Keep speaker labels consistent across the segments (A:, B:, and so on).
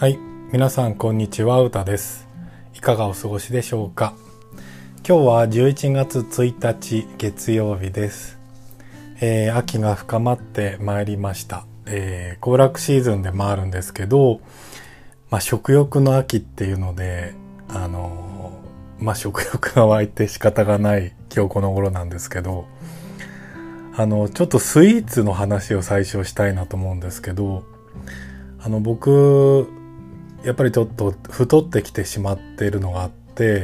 A: はい、皆さんこんにちは、うたです。いかがお過ごしでしょうか。今日は11月1日月曜日です。秋が深まってまいりました。行楽シーズンでもあるんですけど、食欲の秋っていうので、食欲が湧いて仕方がない今日この頃なんですけど、ちょっとスイーツの話を最初したいなと思うんですけど、僕やっぱりちょっと太ってきてしまっているのがあって、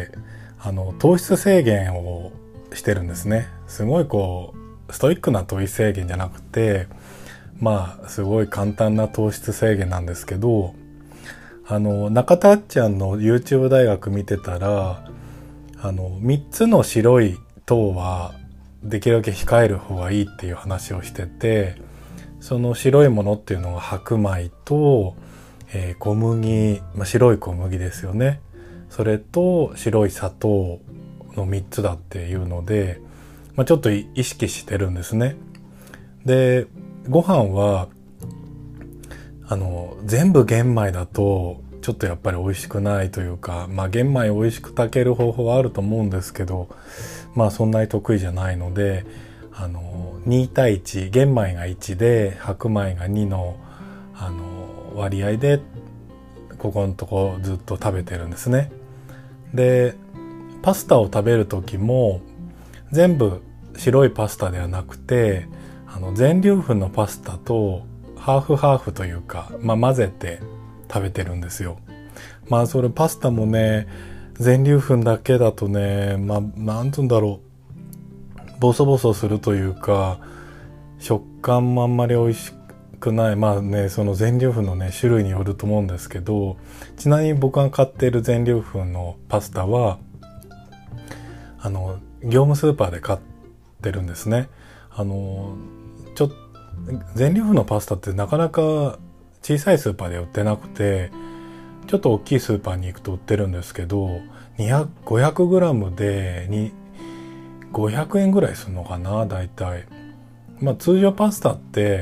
A: 糖質制限をしてるんですね。すごいストイックな糖質制限じゃなくて、すごい簡単な糖質制限なんですけど、中田あっちゃんの YouTube 大学見てたら、3つの白い糖はできるだけ控える方がいいっていう話をしてて、その白いものっていうのが白米と、小麦、白い小麦ですよね。それと白い砂糖の3つだっていうので、ちょっと意識してるんですね。で、ご飯は全部玄米だとちょっとやっぱり美味しくないというか、玄米を美味しく炊ける方法はあると思うんですけど、そんなに得意じゃないので、2対1、玄米が1で白米が2の割合でここのとこずっと食べてるんですね。で、パスタを食べる時も全部白いパスタではなくて、全粒粉のパスタとハーフハーフというか、混ぜて食べてるんですよ。それパスタもね、全粒粉だけだとね、なんて言うんだろう、ボソボソするというか、食感もあんまり美味しくない。その全粒粉のね種類によると思うんですけど、ちなみに僕が買っている全粒粉のパスタは業務スーパーで買ってるんですね。全粒粉のパスタってなかなか小さいスーパーで売ってなくて、ちょっと大きいスーパーに行くと売ってるんですけど、500g で500円ぐらいするのかな、だいたい。通常パスタって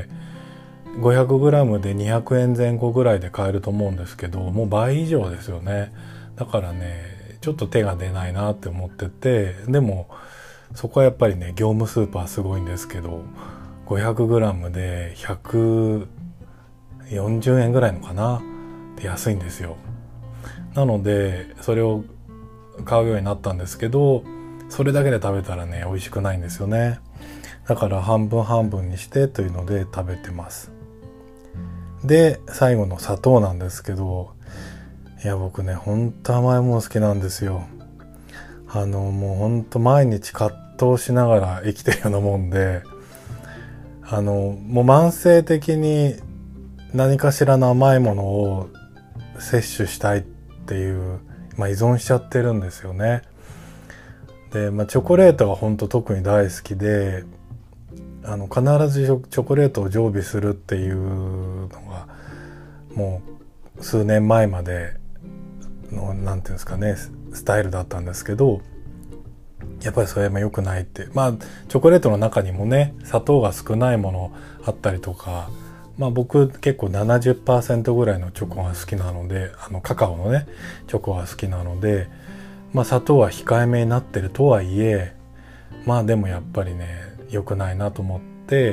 A: 500g で200円前後ぐらいで買えると思うんですけど、もう倍以上ですよね。だからね、ちょっと手が出ないなって思ってて、でもそこはやっぱりね、業務スーパーすごいんですけど、500g で140円ぐらいのかなって安いんですよ。なのでそれを買うようになったんですけど、それだけで食べたらね、美味しくないんですよね。だから半分半分にしてというので食べてます。で、最後の砂糖なんですけど、いや僕ね、ほんと甘いもの好きなんですよ。もうほんと毎日葛藤しながら生きてるようなもんで、もう慢性的に何かしらの甘いものを摂取したいっていう、依存しちゃってるんですよね。で、チョコレートは本当特に大好きで、必ずチョコレートを常備するっていうのがもう数年前までのなんていうんですかね、スタイルだったんですけど、やっぱりそれも良くないって、チョコレートの中にもね、砂糖が少ないものあったりとか、僕結構 70% ぐらいのチョコが好きなので、カカオのねチョコが好きなので、砂糖は控えめになってるとはいえ、でもやっぱりね、良くないなと思って、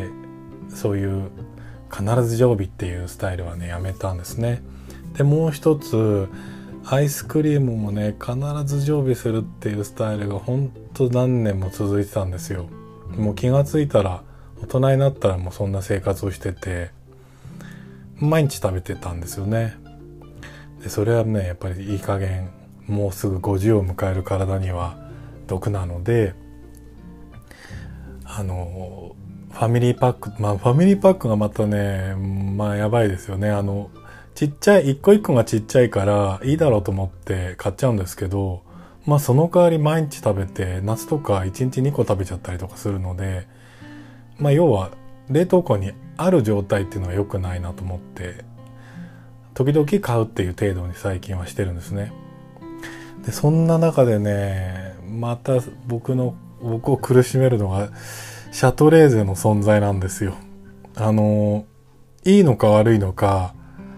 A: そういう必ず常備っていうスタイルはね、やめたんですね。で、もう一つ、アイスクリームもね、必ず常備するっていうスタイルが本当何年も続いてたんですよ。もう気がついたら、大人になったらもうそんな生活をしてて、毎日食べてたんですよね。で、それはね、やっぱりいい加減、もうすぐ50を迎える体には毒なので、ファミリーパック、ファミリーパックがまたね、やばいですよね。ちっちゃい、一個一個がちっちゃいからいいだろうと思って買っちゃうんですけど、その代わり毎日食べて、夏とか1日2個食べちゃったりとかするので、要は冷凍庫にある状態っていうのは良くないなと思って、時々買うっていう程度に最近はしてるんですね。で、そんな中でね、また僕を苦しめるのがシャトレーゼの存在なんですよ。いいのか悪いのか、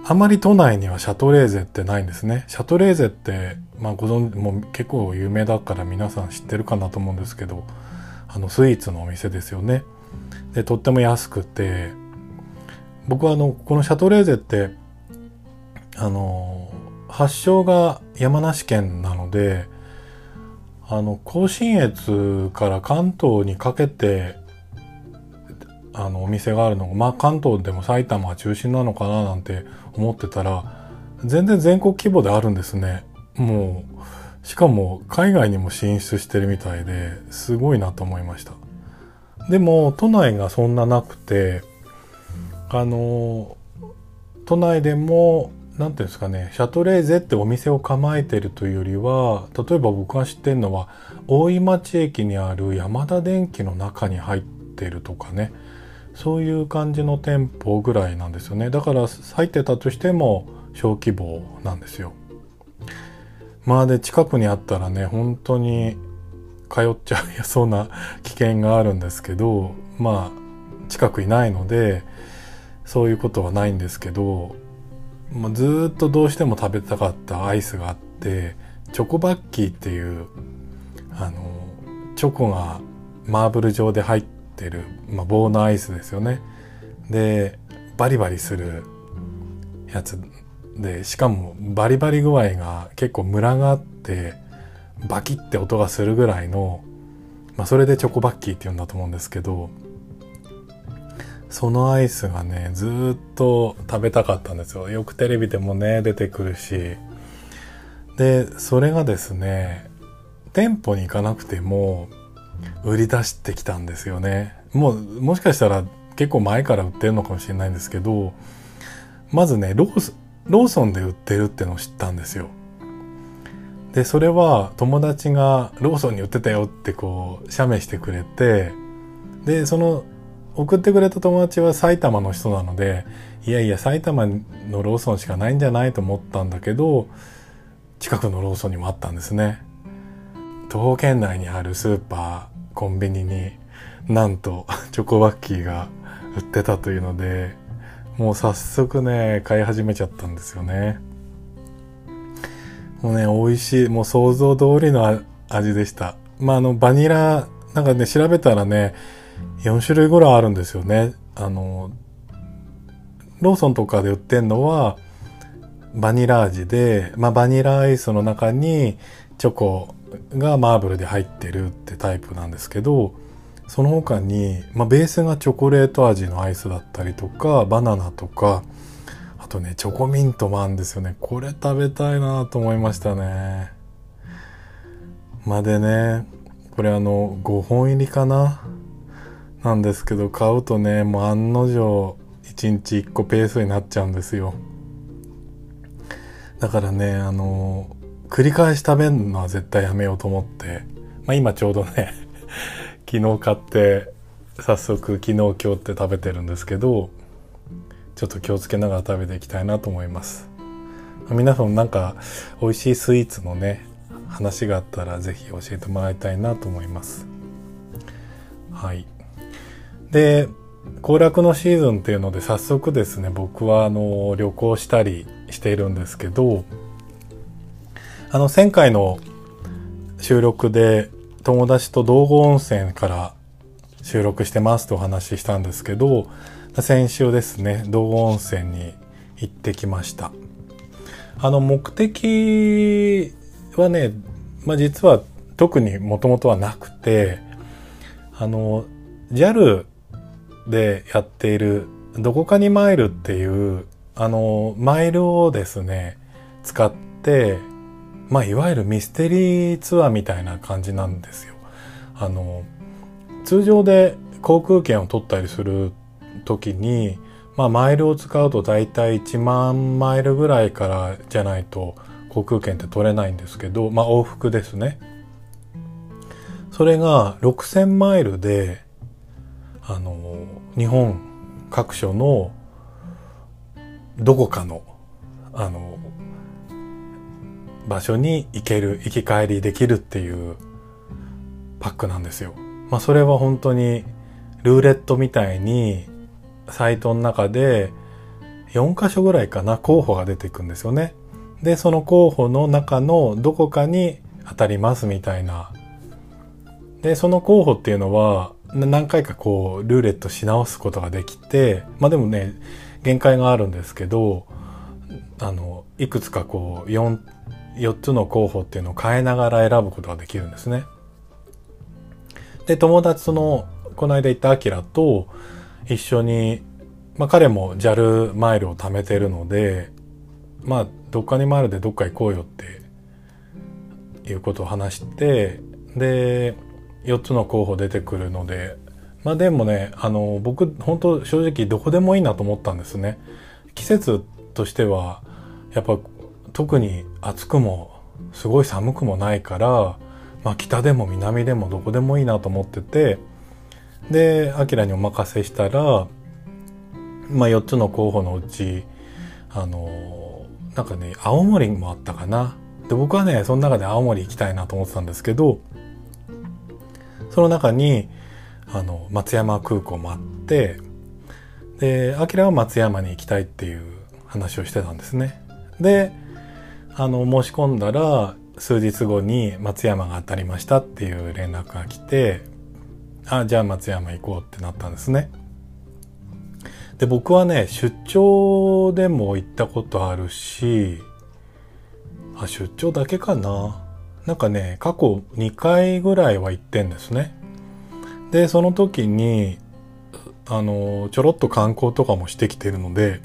A: あまり都内にはシャトレーゼってないんですね。シャトレーゼって、まあご存知、もう結構有名だから皆さん知ってるかなと思うんですけど、スイーツのお店ですよね。で、とっても安くて、僕はこのシャトレーゼって、発祥が山梨県なので、甲信越から関東にかけて、お店があるのが、まあ関東でも埼玉が中心なのかななんて思ってたら、全然全国規模であるんですね。もう、しかも海外にも進出してるみたいで、すごいなと思いました。でも、都内がそんななくて、都内でも、なんていうんですかね、シャトレーゼってお店を構えてるというよりは、例えば僕が知ってるのは、大井町駅にある山田電機の中に入ってるとかね、そういう感じの店舗ぐらいなんですよね。だから入ってたとしても小規模なんですよ。まあで近くにあったらね、本当に通っちゃいそうな危険があるんですけど、まあ近くいないのでそういうことはないんですけど、まあ、ずっとどうしても食べたかったアイスがあって、チョコバッキーっていうチョコがマーブル状で入ってる、まあ、棒のアイスですよね。でバリバリするやつで、しかもバリバリ具合が結構ムラがあってバキって音がするぐらいの、まあ、それでチョコバッキーって言うんだと思うんですけど、そのアイスがねずっと食べたかったんですよ。よくテレビでもね出てくるし、でそれがですね店舗に行かなくても売り出してきたんですよね。もしかしたら結構前から売ってるのかもしれないんですけど、まずねローソンで売ってるってのを知ったんですよ。でそれは友達がローソンに売ってたよってこう写メしてくれて、でその送ってくれた友達は埼玉の人なので、いやいや埼玉のローソンしかないんじゃないと思ったんだけど、近くのローソンにもあったんですね。徒歩圏内にあるスーパーコンビニになんとチョコバッキーが売ってたというので、もう早速ね買い始めちゃったんですよね。もうね美味しい、もう想像通りの味でした。まあバニラなんかね調べたらね4種類ぐらいあるんですよね。ローソンとかで売ってんのはバニラ味で、まあバニラアイスの中にチョコがマーブルで入ってるってタイプなんですけど、その他に、まあ、ベースがチョコレート味のアイスだったりとかバナナとか、あとねチョコミントもあるんですよね。これ食べたいなと思いましたね。でねこれ5本入りかななんですけど、買うとねもう案の定1日1個ペースになっちゃうんですよ。だからね繰り返し食べるのは絶対やめようと思って、まあ今ちょうどね昨日買って早速昨日今日って食べてるんですけど、ちょっと気をつけながら食べていきたいなと思います。皆さんなんか美味しいスイーツのね話があったらぜひ教えてもらいたいなと思います。はい。で行楽のシーズンっていうので早速ですね、僕は旅行したりしているんですけど、前回の収録で友達と道後温泉から収録してますとお話ししたんですけど、先週ですね道後温泉に行ってきました。目的はね、まあ、実は特にもともとはなくて、JAL でやっているどこかにマイルっていうマイルをですね使って、まあいわゆるミステリーツアーみたいな感じなんですよ。通常で航空券を取ったりする時に、まあマイルを使うとだいたい1万マイルぐらいからじゃないと航空券って取れないんですけど、まあ往復ですね。それが6000マイルで日本各所のどこかの場所に行き帰りできるっていうパックなんですよ。まあそれは本当にルーレットみたいにサイトの中で 4カ所ぐらいかな、候補が出てくるんですよね。で、その候補の中のどこかに当たりますみたいな。で、その候補っていうのは何回かこうルーレットし直すことができて、まあでもね、限界があるんですけど、いくつかこう4つの候補っていうのを変えながら選ぶことができるんですね。で、友達この間行ったアキラと一緒に、まあ彼も JAL マイルを貯めてるので、まあどっかにマイルでどっか行こうよっていうことを話して、で、4つの候補出てくるので、まあでもね、僕本当正直どこでもいいなと思ったんですね。季節としてはやっぱ特に暑くもすごい寒くもないから、まあ北でも南でもどこでもいいなと思ってて、で、アキラにお任せしたら、まあ4つの候補のうち、なんかね、青森もあったかな。で、僕はね、その中で青森行きたいなと思ってたんですけど、その中に、松山空港もあって、で、アキラは松山に行きたいっていう話をしてたんですね。で、申し込んだら、数日後に松山が当たりましたっていう連絡が来て、じゃあ松山行こうってなったんですね。で、僕はね、出張でも行ったことあるし、出張だけかな。なんかね、過去2回ぐらいは行ってんですね。で、その時に、ちょろっと観光とかもしてきてるので、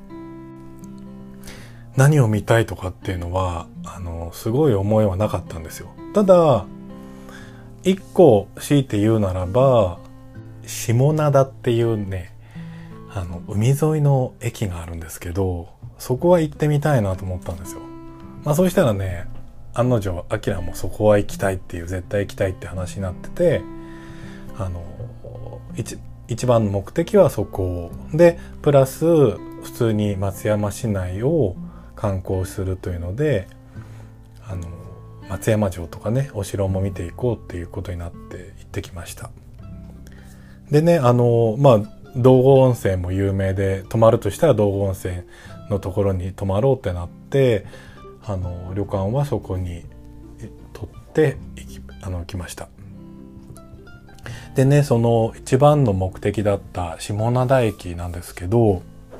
A: 何を見たいとかっていうのは、すごい思いはなかったんですよ。ただ、一個強いて言うならば、下灘っていうね、海沿いの駅があるんですけど、そこは行ってみたいなと思ったんですよ。まあそうしたらね、案の定、アキラもそこは行きたいっていう、絶対行きたいって話になってて、一番の目的はそこで、プラス普通に松山市内を観光するというので、松山城とかね、お城も見ていこうっていうことになって行ってきました。でね、まあ道後温泉も有名で、泊まるとしたら道後温泉のところに泊まろうってなって、旅館はそこに取って来ました。でね、その一番の目的だった下灘駅なんですけど、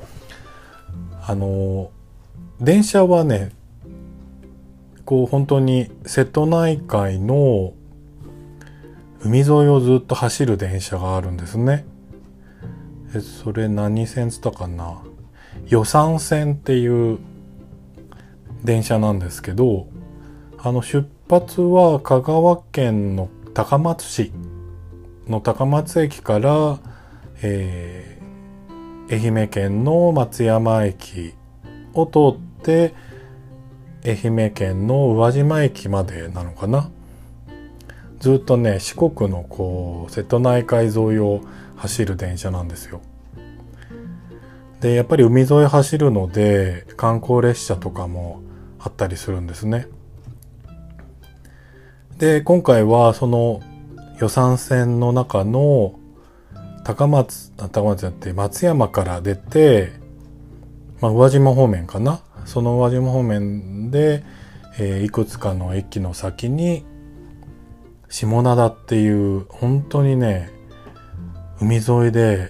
A: 電車はね、こう本当に瀬戸内海の海沿いをずっと走る電車があるんですね。それ何線つったかな、予讃線っていう電車なんですけど、出発は香川県の高松市の高松駅から、愛媛県の松山駅を通って愛媛県の宇和島駅までなのかな。ずっとね、四国のこう瀬戸内海沿いを走る電車なんですよ。で、やっぱり海沿い走るので観光列車とかもあったりするんですね。で、今回はその予讃線の中の高松じゃなくて松山から出て、まあ、宇和島方面かな。その宇和島方面で、いくつかの駅の先に下灘っていう本当にね、海沿いで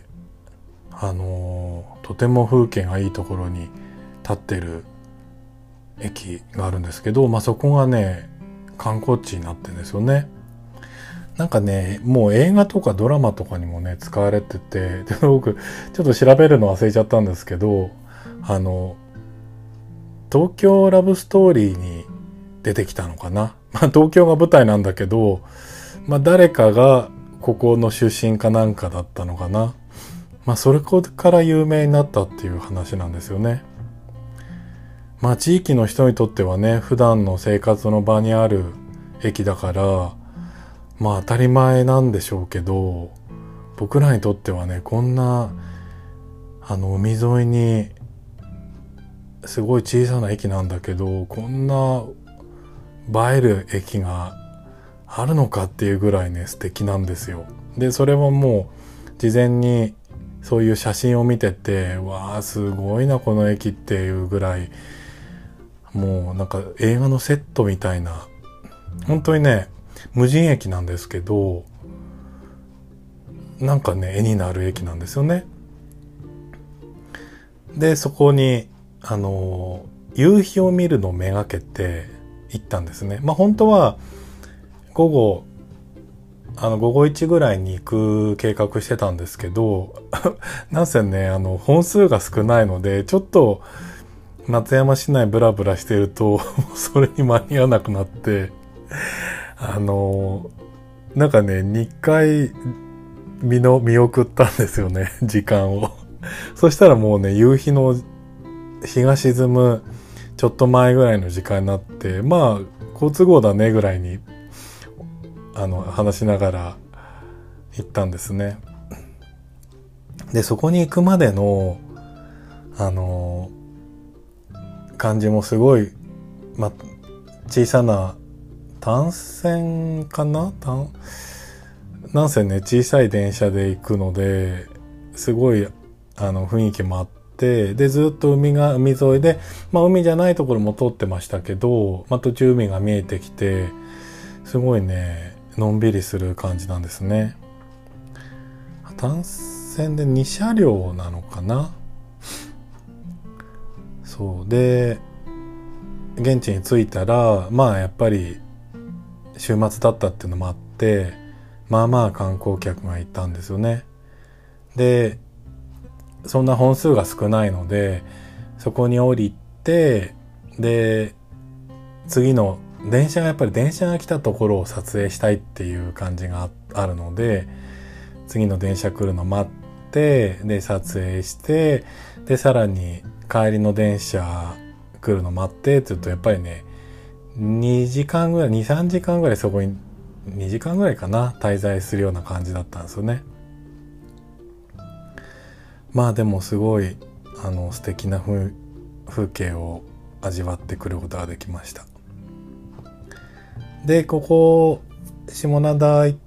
A: とても風景がいいところに立ってる駅があるんですけど、まあ、そこがね、観光地になってるんですよね。なんかね、もう映画とかドラマとかにもね、使われてて、で、僕、ちょっと調べるの忘れちゃったんですけど、東京ラブストーリーに出てきたのかな。まあ、東京が舞台なんだけど、まあ、誰かがここの出身かなんかだったのかな。まあ、それから有名になったっていう話なんですよね。まあ、地域の人にとってはね、普段の生活の場にある駅だから、まあ当たり前なんでしょうけど、僕らにとってはね、こんな海沿いにすごい小さな駅なんだけど、こんな映える駅があるのかっていうぐらいね、素敵なんですよ。で、それはもう事前にそういう写真を見てて、わあすごいなこの駅っていうぐらい、もうなんか映画のセットみたいな、本当にね無人駅なんですけど、なんかね絵になる駅なんですよね。でそこに夕日を見るのをめがけて行ったんですね。まあ本当は午後1ぐらいに行く計画してたんですけどなんせね本数が少ないので、ちょっと松山市内ブラブラしてるとそれに間に合わなくなって、なんかね2回見送ったんですよね時間をそしたらもうね夕日の日が沈むちょっと前ぐらいの時間になって、まあ好都合だねぐらいに話しながら行ったんですね。でそこに行くまでの感じもすごい、小さな単線かな、なんせね小さい電車で行くので、すごい雰囲気もあって、でずっと海沿いで、海じゃないところも通ってましたけど、途中海が見えてきて、すごいねのんびりする感じなんですね。単線で2車両なのかな。そうで現地に着いたら、やっぱり週末だったっていうのもあって、観光客がいたんですよね。でそんな本数が少ないので、そこに降りて、で次の電車が来たところを撮影したいっていう感じがあるので、次の電車来るの待って、で撮影して、でさらに帰りの電車来るの待ってって言うと、やっぱりね2時間ぐらい2、3時間ぐらいそこに2時間ぐらいかな滞在するような感じだったんですよね。でもすごい素敵な風景を味わってくることができました。でここ下灘行って、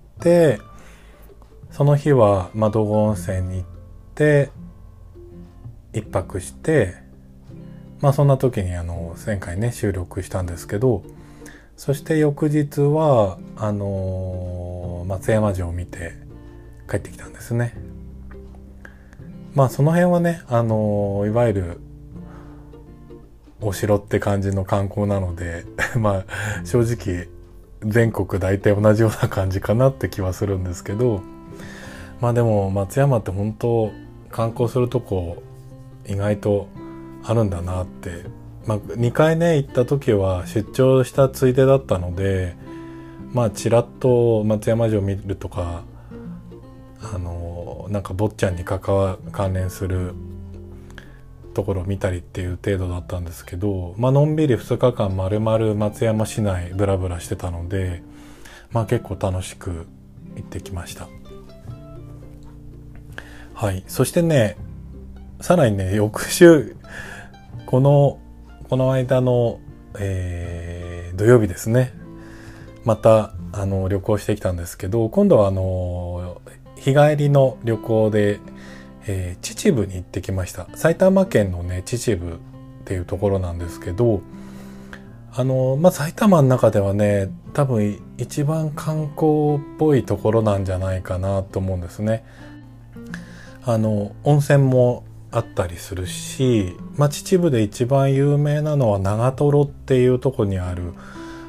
A: その日は道後温泉に行って一泊して、そんな時に前回ね収録したんですけど、そして翌日は松山城を見て帰ってきたんですね。その辺はねいわゆるお城って感じの観光なので正直全国大体同じような感じかなって気はするんですけど、でも松山って本当観光するとこ意外とあるんだなって、2回ね行った時は出張したついでだったので、ちらっと松山城見るとかなんか坊ちゃんに関連するところを見たりっていう程度だったんですけど、のんびり2日間丸々松山市内ブラブラしてたので、結構楽しく行ってきました。はい。そしてねさらにね翌週この間の、土曜日ですね、また旅行してきたんですけど、今度は日帰りの旅行で、秩父に行ってきました。埼玉県のね秩父っていうところなんですけど、埼玉の中ではね多分一番観光っぽいところなんじゃないかなと思うんですね。温泉もあったりするし、秩父で一番有名なのは長瀞っていうところにある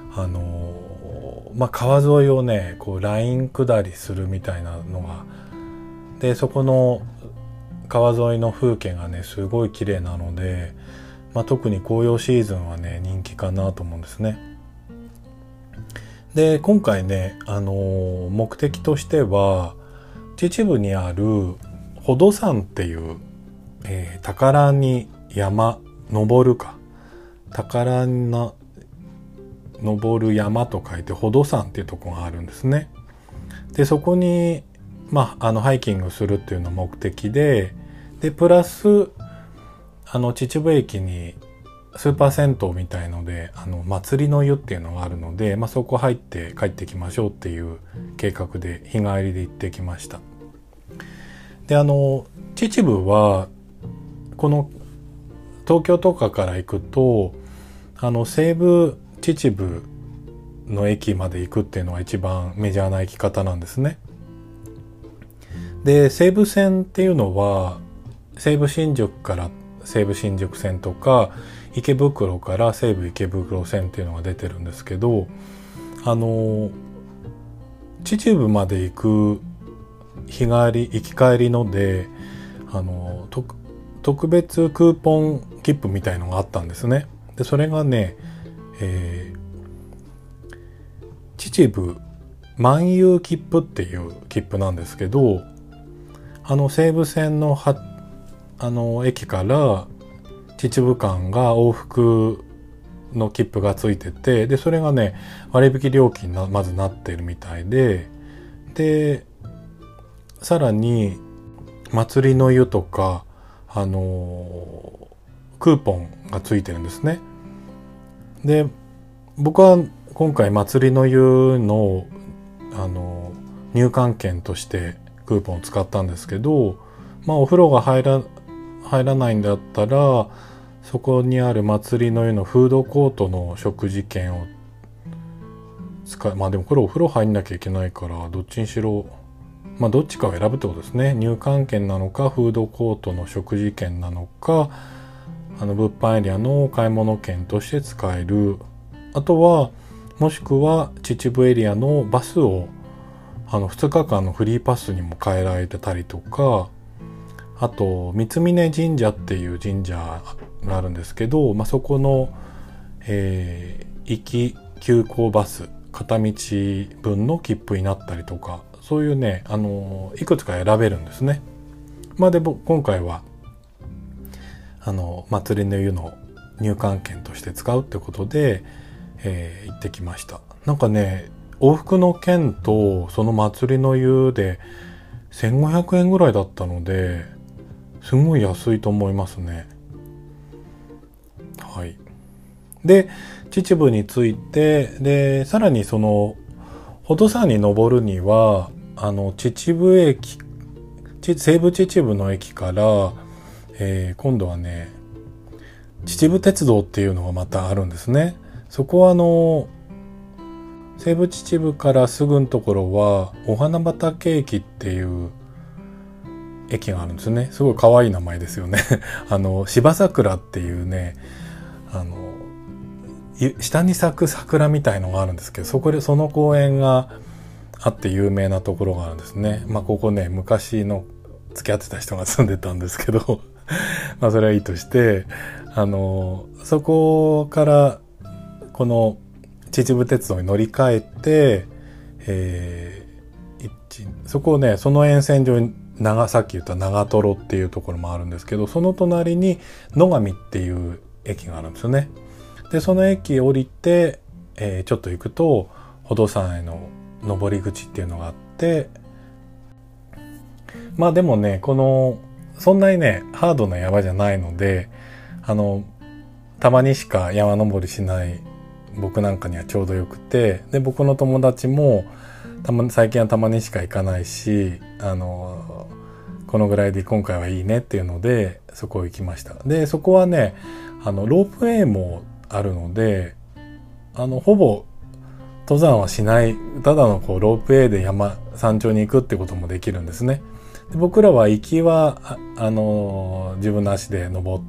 A: 川沿いをねライン下りするみたいなのがで、そこの川沿いの風景がねすごい綺麗なので、特に紅葉シーズンはね人気かなと思うんですね。で今回ね目的としては秩父にある宝登山っていう、宝に山登るか宝に登る山と書いて宝登山っていうところがあるんですね。でそこにハイキングするっていうのが目的で、プラス秩父駅にスーパー銭湯みたいので祭りの湯っていうのがあるので、そこ入って帰ってきましょうっていう計画で日帰りで行ってきました。で秩秩父はこの東京とかから行くと西武秩父の駅まで行くっていうのが一番メジャーな行き方なんですね。で西武線っていうのは西武新宿から西武新宿線とか池袋から西武池袋線っていうのが出てるんですけど、秩父まで行く行き帰りので特別クーポン切符みたいのがあったんですね。でそれがね、秩父漫遊切符っていう切符なんですけど、西武線の駅から秩父間が往復の切符がついてて、でそれがね割引料金まずなってるみたいで、さらに祭りの湯とかクーポンがついてるんですね。で僕は今回祭りの湯の入館券としてクーポンを使ったんですけど、お風呂が入らないんだったらそこにある祭りの湯のフードコートの食事券をでもこれお風呂入んなきゃいけないからどっちにしろどっちかを選ぶってことですね。入館券なのかフードコートの食事券なのか物販エリアの買い物券として使える。あとはもしくは秩父エリアのバスを2日間のフリーパスにも変えられてたりとか、あと三峯神社っていう神社があるんですけど、そこの、行き急行バス片道分の切符になったりとか、そういうねいくつか選べるんですね。で今回は祭りの湯の入館券として使うってことで、行ってきました。なんかね往復の券とその祭りの湯で1500円ぐらいだったのですごい安いと思いますね。はい。で秩父に着いて、でさらにその宝登山に登るには秩父駅西武秩父の駅から、今度はね秩父鉄道っていうのがまたあるんですね。そこは西武秩父からすぐのところはお花畑駅っていう駅があるんですね。すごい可愛い名前ですよね芝桜っていうね下に咲く桜みたいのがあるんですけど、その公園があって有名なところがあるんですね。ここね昔の付き合ってた人が住んでたんですけどそれはいいとして、そこからこの秩父鉄道に乗り換えて、そこをねその沿線上にさっき言った長瀞っていうところもあるんですけど、その隣に野上っていう駅があるんですよね。でその駅降りて、ちょっと行くと宝登山への登り口っていうのがあって、でもねそんなにねハードな山じゃないのでたまにしか山登りしない僕なんかにはちょうどよくて、で僕の友達も最近はたまにしか行かないしこのぐらいで今回はいいねっていうのでそこ行きました。でそこはねロープウェイもあるのでほぼ登山はしない、ただのロープウェイで山頂に行くってこともできるんですね。で僕らは行きは自分の足で登って、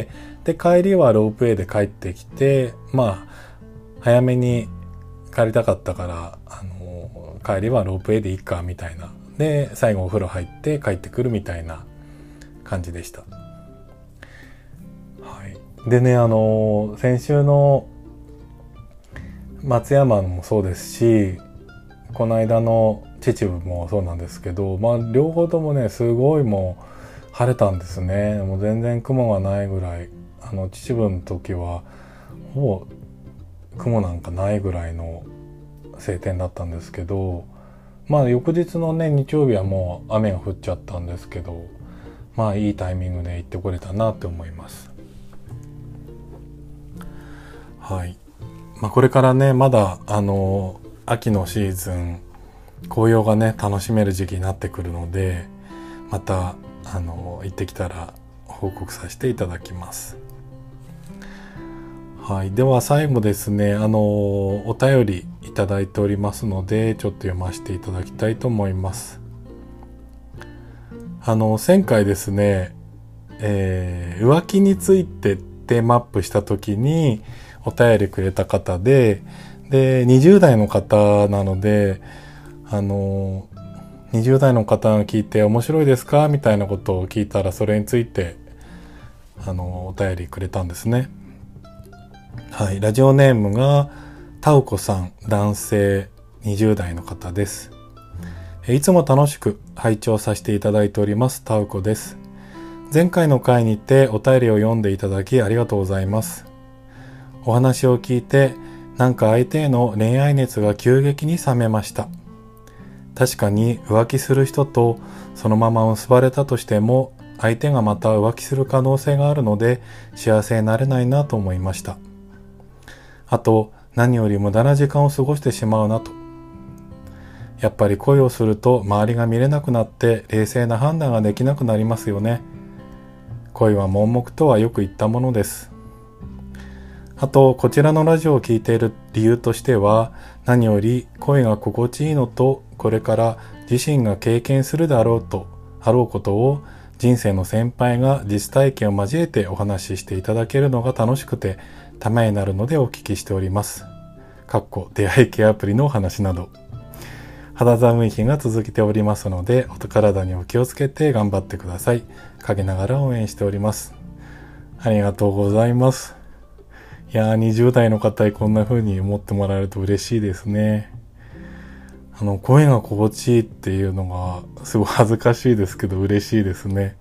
A: で帰りはロープウェイで帰ってきて、早めに帰りたかったから帰りはロープウェイでいいかみたいな、で最後お風呂入って帰ってくるみたいな感じでした。はい。でね先週の松山もそうですし、この間の秩父もそうなんですけど、両方ともねすごいもう晴れたんですね。もう全然雲がないぐらい、秩父の時はほぼ雲なんかないぐらいの晴天だったんですけど、翌日のね日曜日はもう雨が降っちゃったんですけど、いいタイミングで行ってこれたなって思います。はい。これからねまだ秋のシーズン紅葉がね楽しめる時期になってくるので、また行ってきたら報告させていただきます。はい、では最後ですね、お便りいただいておりますので、ちょっと読ませていただきたいと思います。前回ですね、浮気についてテーマアップした時にお便りくれた方で、20代の方なので、20代の方が聞いて面白いですかみたいなことを聞いたら、それについてお便りくれたんですね。はい、ラジオネームがタウコさん、男性20代の方です。いつも楽しく拝聴させていただいておりますタウコです。前回の回にてお便りを読んでいただきありがとうございます。お話を聞いて、なんか相手への恋愛熱が急激に冷めました。確かに浮気する人とそのまま結ばれたとしても、相手がまた浮気する可能性があるので幸せになれないなと思いました。あと、何より無駄な時間を過ごしてしまうなと。やっぱり恋をすると周りが見れなくなって冷静な判断ができなくなりますよね。恋は盲目とはよく言ったものです。あと、こちらのラジオを聴いている理由としては、何より恋が心地いいのと、これから自身が経験するであろうことを、人生の先輩が実体験を交えてお話ししていただけるのが楽しくて、ためになるのでお聞きしております。出会い系アプリのお話など。肌寒い日が続いておりますので、お体にお気をつけて頑張ってください。陰ながら応援しております。ありがとうございます。いやー、20代の方にこんな風に思ってもらえると嬉しいですね。声が心地いいっていうのがすごい恥ずかしいですけど嬉しいですね。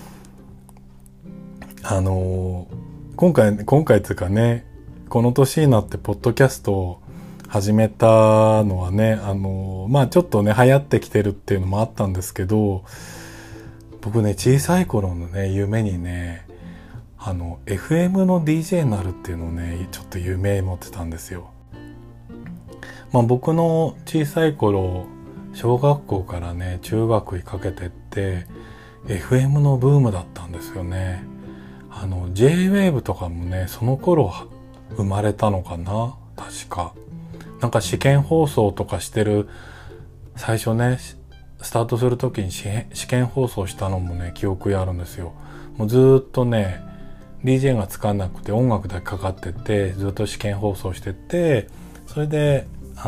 A: 今回っていうかね、この年になってポッドキャストを始めたのはね、ちょっとね、流行ってきてるっていうのもあったんですけど、僕ね、小さい頃のね、夢にね、FM の DJ になるっていうのをね、ちょっと夢持ってたんですよ。僕の小さい頃、小学校からね、中学にかけてって、FM のブームだったんですよね。J-Wave とかもね、その頃生まれたのかな、確か。なんか試験放送とかしてる、最初ね、スタートするときに試験放送したのもね、記憶にあるんですよ。もうずっとね、DJ がつかなくて音楽だけかかってて、ずっと試験放送してて、それで、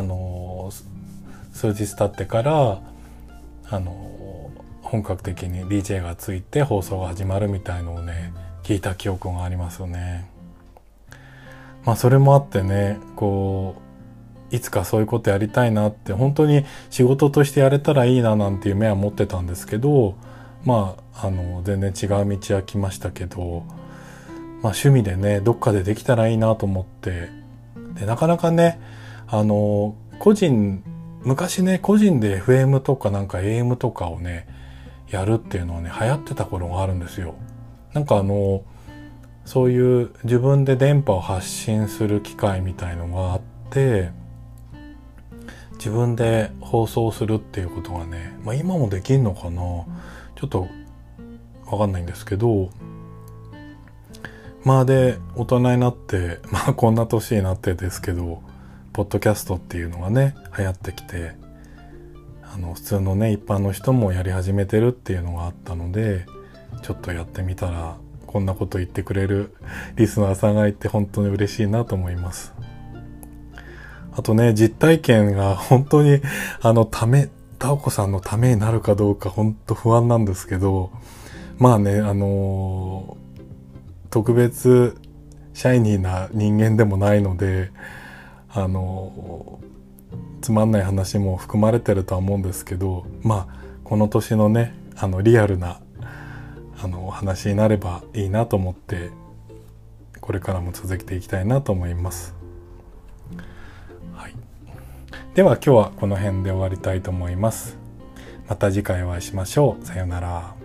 A: 数日経ってから、本格的に DJ がついて放送が始まるみたいのをね、聞いた記憶がありますよね。それもあってね、いつかそういうことやりたいなって、本当に仕事としてやれたらいいななんていう目は持ってたんですけど、全然違う道は来ましたけど、趣味でね、どっかでできたらいいなと思って、で、なかなかね、昔ね、個人で FM とかなんか AM とかをね、やるっていうのはね、流行ってた頃があるんですよ。なんかそういう自分で電波を発信する機会みたいのがあって、自分で放送するっていうことがね、今もできんのかな、ちょっとわかんないんですけど、で、大人になって、こんな年になってですけど、ポッドキャストっていうのがね、流行ってきて、普通のね、一般の人もやり始めてるっていうのがあったので、ちょっとやってみたら、こんなこと言ってくれるリスナーさんがいて本当に嬉しいなと思います。あとね、実体験が本当に、タオコさんのためになるかどうか本当不安なんですけど、特別シャイニーな人間でもないので、つまんない話も含まれてるとは思うんですけど、この年のね、リアルな話になればいいなと思って、これからも続けていきたいなと思います。はい。では今日はこの辺で終わりたいと思います。また次回お会いしましょう。さようなら。